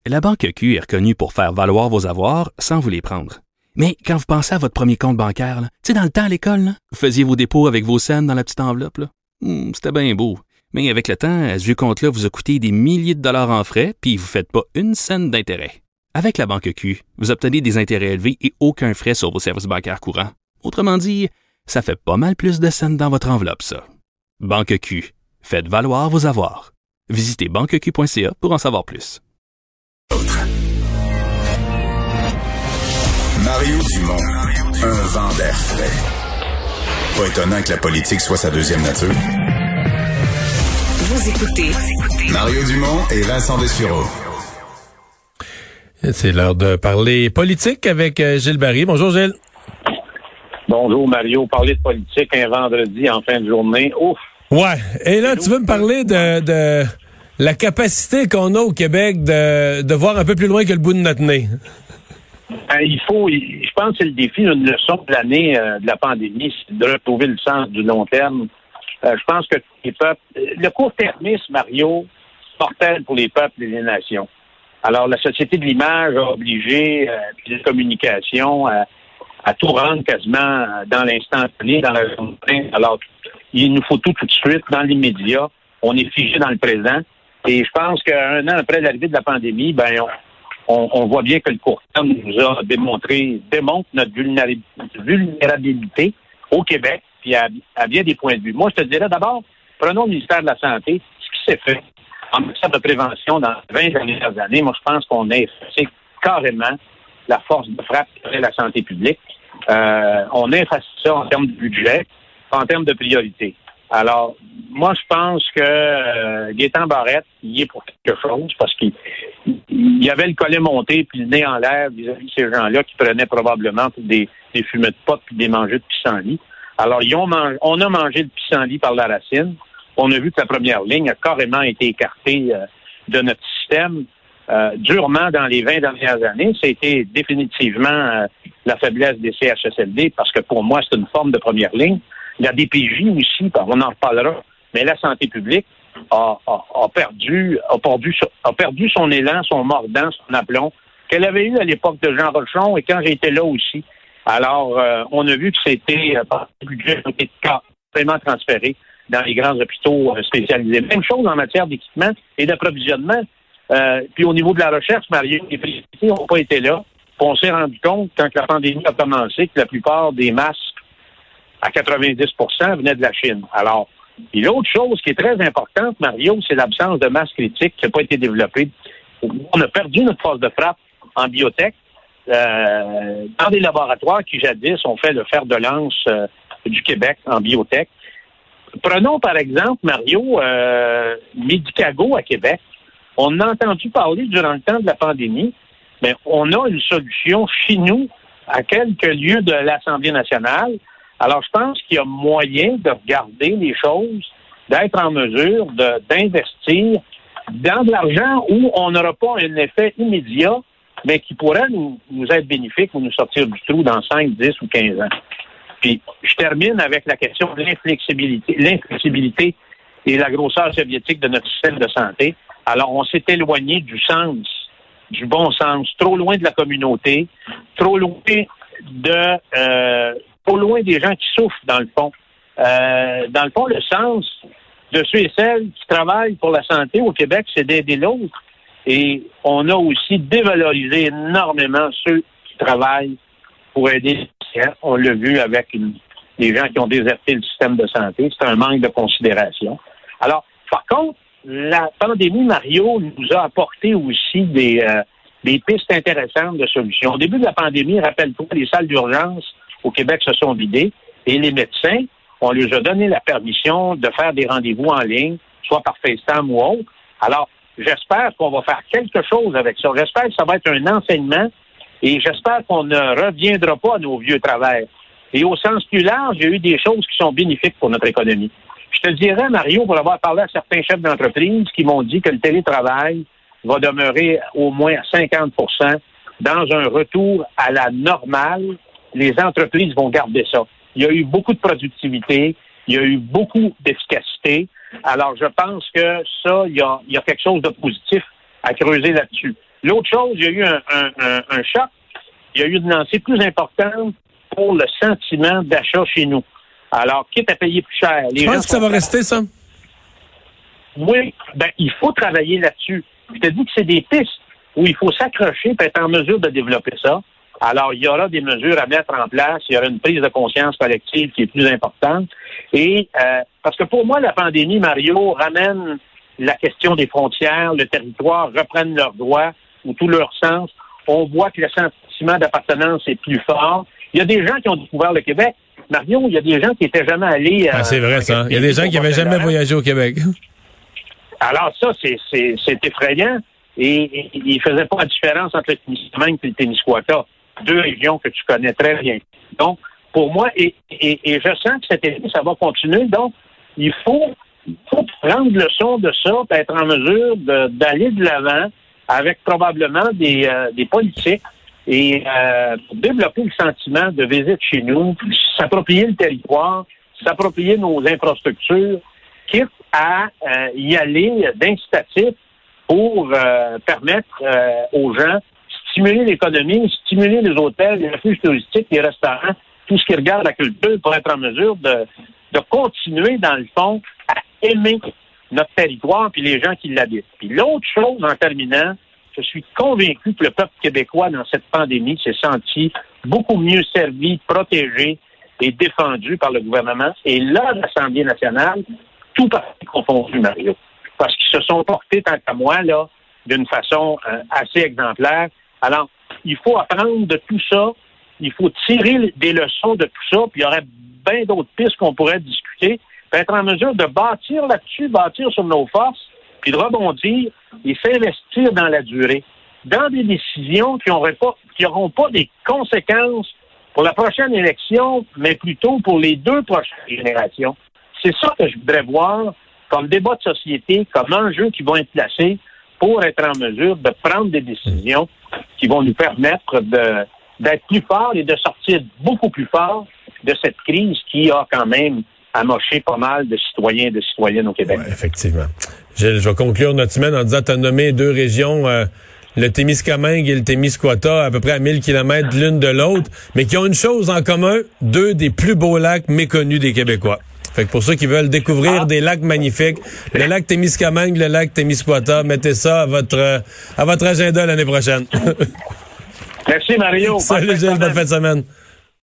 La Banque Q est reconnue pour faire valoir vos avoirs sans vous les prendre. Mais quand vous pensez à votre premier compte bancaire, tu sais, dans le temps à l'école, là, vous faisiez vos dépôts avec vos scènes dans la petite enveloppe. Là. C'était bien beau. Mais avec le temps, ce vieux compte-là vous a coûté des milliers de dollars en frais, puis vous ne faites pas une scène d'intérêt. Avec la Banque Q, vous obtenez des intérêts élevés et aucun frais sur vos services bancaires courants. Autrement dit, ça fait pas mal plus de scènes dans votre enveloppe, ça. Banque Q. Faites valoir vos avoirs. Visitez banqueq.ca pour en savoir plus. Mario Dumont, un vent d'air frais. Pas étonnant que la politique soit sa deuxième nature. Vous écoutez Mario Dumont et Vincent Dessureau. C'est l'heure de parler politique avec Gilles Barry. Bonjour Gilles. Bonjour Mario. Parler de politique un vendredi en fin de journée. Ouf! Ouais. Et là, tu veux me parler de la capacité qu'on a au Québec de voir un peu plus loin que le bout de notre nez. Je pense que c'est le défi, une leçon de l'année de la pandémie, c'est de retrouver le sens du long terme. Je pense que les peuples, le court-termisme, Mario, c'est mortel pour les peuples et les nations. Alors, la société de l'image a obligé les communications à tout rendre quasiment dans l'instantané, dans la journée. Alors, il nous faut tout de suite, dans l'immédiat. On est figé dans le présent. Et je pense qu'un an après l'arrivée de la pandémie, on voit bien que le court terme nous démontre notre vulnérabilité au Québec, puis à bien des points de vue. Moi, je te dirais d'abord, prenons le ministère de la Santé, ce qui s'est fait en matière de prévention dans les 20 dernières années. Moi, je pense qu'on a effacé carrément la force de frappe de la santé publique. On a effacé ça en termes de budget, en termes de priorité. Alors, moi, je pense que Gaétan Barrette, il y est pour quelque chose, parce qu'il y avait le collet monté puis le nez en l'air vis-à-vis de ces gens-là qui prenaient probablement des fumées de pot puis des mangées de pissenlit. Alors, on a mangé le pissenlit par la racine. On a vu que la première ligne a carrément été écartée de notre système durement dans les 20 dernières années. C'était définitivement la faiblesse des CHSLD, parce que pour moi, c'est une forme de première ligne. La DPJ aussi, on en reparlera, mais la santé publique a perdu son élan, son mordant, son aplomb qu'elle avait eu à l'époque de Jean Rochon et quand j'étais là aussi. Alors, on a vu que c'était le budget qui était vraiment transféré dans les grands hôpitaux spécialisés. Même chose en matière d'équipement et d'approvisionnement. Puis au niveau de la recherche, Mario, les priorités n'ont pas été là. Puis on s'est rendu compte, quand la pandémie a commencé, que la plupart des masques à 90% venaient de la Chine. Alors, et l'autre chose qui est très importante, Mario, c'est l'absence de masse critique qui n'a pas été développée. On a perdu notre force de frappe en biotech dans des laboratoires qui jadis ont fait le fer de lance du Québec en biotech. Prenons par exemple, Mario, Medicago à Québec. On a entendu parler durant le temps de la pandémie, mais on a une solution chez nous à quelques lieux de l'Assemblée nationale. Alors, je pense qu'il y a moyen de regarder les choses, d'être en mesure d'investir dans de l'argent où on n'aura pas un effet immédiat, mais qui pourrait nous être bénéfique ou nous sortir du trou dans 5, 10 ou 15 ans. Puis, je termine avec la question de l'inflexibilité et la grosseur soviétique de notre système de santé. Alors, on s'est éloigné du sens, du bon sens, trop loin de la communauté, trop loin des gens qui souffrent, dans le fond. Dans le fond, le sens de ceux et celles qui travaillent pour la santé au Québec, c'est d'aider l'autre. Et on a aussi dévalorisé énormément ceux qui travaillent pour aider les patients. On l'a vu avec les gens qui ont déserté le système de santé. C'est un manque de considération. Alors, par contre, la pandémie, Mario, nous a apporté aussi des pistes intéressantes de solutions. Au début de la pandémie, rappelle-toi, les salles d'urgence au Québec se sont vidées et les médecins, on leur a donné la permission de faire des rendez-vous en ligne, soit par FaceTime ou autre. Alors, j'espère qu'on va faire quelque chose avec ça. J'espère que ça va être un enseignement et j'espère qu'on ne reviendra pas à nos vieux travers. Et au sens plus large, il y a eu des choses qui sont bénéfiques pour notre économie. Je te dirais, Mario, pour avoir parlé à certains chefs d'entreprise qui m'ont dit que le télétravail va demeurer au moins à 50% dans un retour à la normale. Les entreprises vont garder ça. Il y a eu beaucoup de productivité, il y a eu beaucoup d'efficacité. Alors, je pense que ça, il y a quelque chose de positif à creuser là-dessus. L'autre chose, il y a eu un choc. Il y a eu une lancée plus importante pour le sentiment d'achat chez nous. Alors, quitte à payer plus cher. Tu penses que ça va rester, ça? Oui, il faut travailler là-dessus. Je te dis que c'est des pistes où il faut s'accrocher pour être en mesure de développer ça. Alors, il y aura des mesures à mettre en place. Il y aura une prise de conscience collective qui est plus importante. Et parce que pour moi, la pandémie, Mario, ramène la question des frontières. Le territoire reprenne leurs droits ou tout leur sens. On voit que le sentiment d'appartenance est plus fort. Il y a des gens qui ont découvert le Québec. Mario, il y a des gens qui n'étaient jamais allés... c'est vrai, ça. Il y a des gens qui n'avaient jamais voyagé au Québec. Alors ça, c'est effrayant. Et il ne faisait pas la différence entre le Témiscamingue et le Témiscouata. 2 régions que tu connais très bien. Donc, pour moi, et je sens que cet été, ça va continuer. Donc, il faut prendre leçon de ça, pour être en mesure d'aller de l'avant avec probablement des politiques et développer le sentiment de visite chez nous, s'approprier le territoire, s'approprier nos infrastructures, quitte à y aller d'incitatif pour permettre aux gens stimuler l'économie, stimuler les hôtels, les refuges touristiques, les restaurants, tout ce qui regarde la culture pour être en mesure de continuer, dans le fond, à aimer notre territoire puis les gens qui l'habitent. Puis l'autre chose, en terminant, je suis convaincu que le peuple québécois, dans cette pandémie, s'est senti beaucoup mieux servi, protégé et défendu par le gouvernement. Et là, l'Assemblée nationale, tout parti confondu, Mario, parce qu'ils se sont portés, tant qu'à moi, là, d'une façon assez exemplaire. Alors, il faut apprendre de tout ça. Il faut tirer des leçons de tout ça. Puis il y aurait bien d'autres pistes qu'on pourrait discuter. Puis être en mesure de bâtir là-dessus, bâtir sur nos forces, puis de rebondir et s'investir dans la durée. Dans des décisions qui n'auront pas des conséquences pour la prochaine élection, mais plutôt pour les 2 prochaines générations. C'est ça que je voudrais voir comme débat de société, comme enjeux qui vont être placés pour être en mesure de prendre des décisions qui vont nous permettre d'être plus forts et de sortir beaucoup plus forts de cette crise qui a quand même amoché pas mal de citoyens et de citoyennes au Québec. Ouais, effectivement. Je vais conclure notre semaine en disant, tu as nommé 2 régions, le Témiscamingue et le Témiscouata, à peu près à 1000 kilomètres l'une de l'autre, mais qui ont une chose en commun, 2 des plus beaux lacs méconnus des Québécois. Fait que pour ceux qui veulent découvrir des lacs magnifiques, le lac Témiscamingue, le lac Témiscouata, mettez ça à votre agenda l'année prochaine. Merci Mario. Salut Gilles, bonne fin de semaine.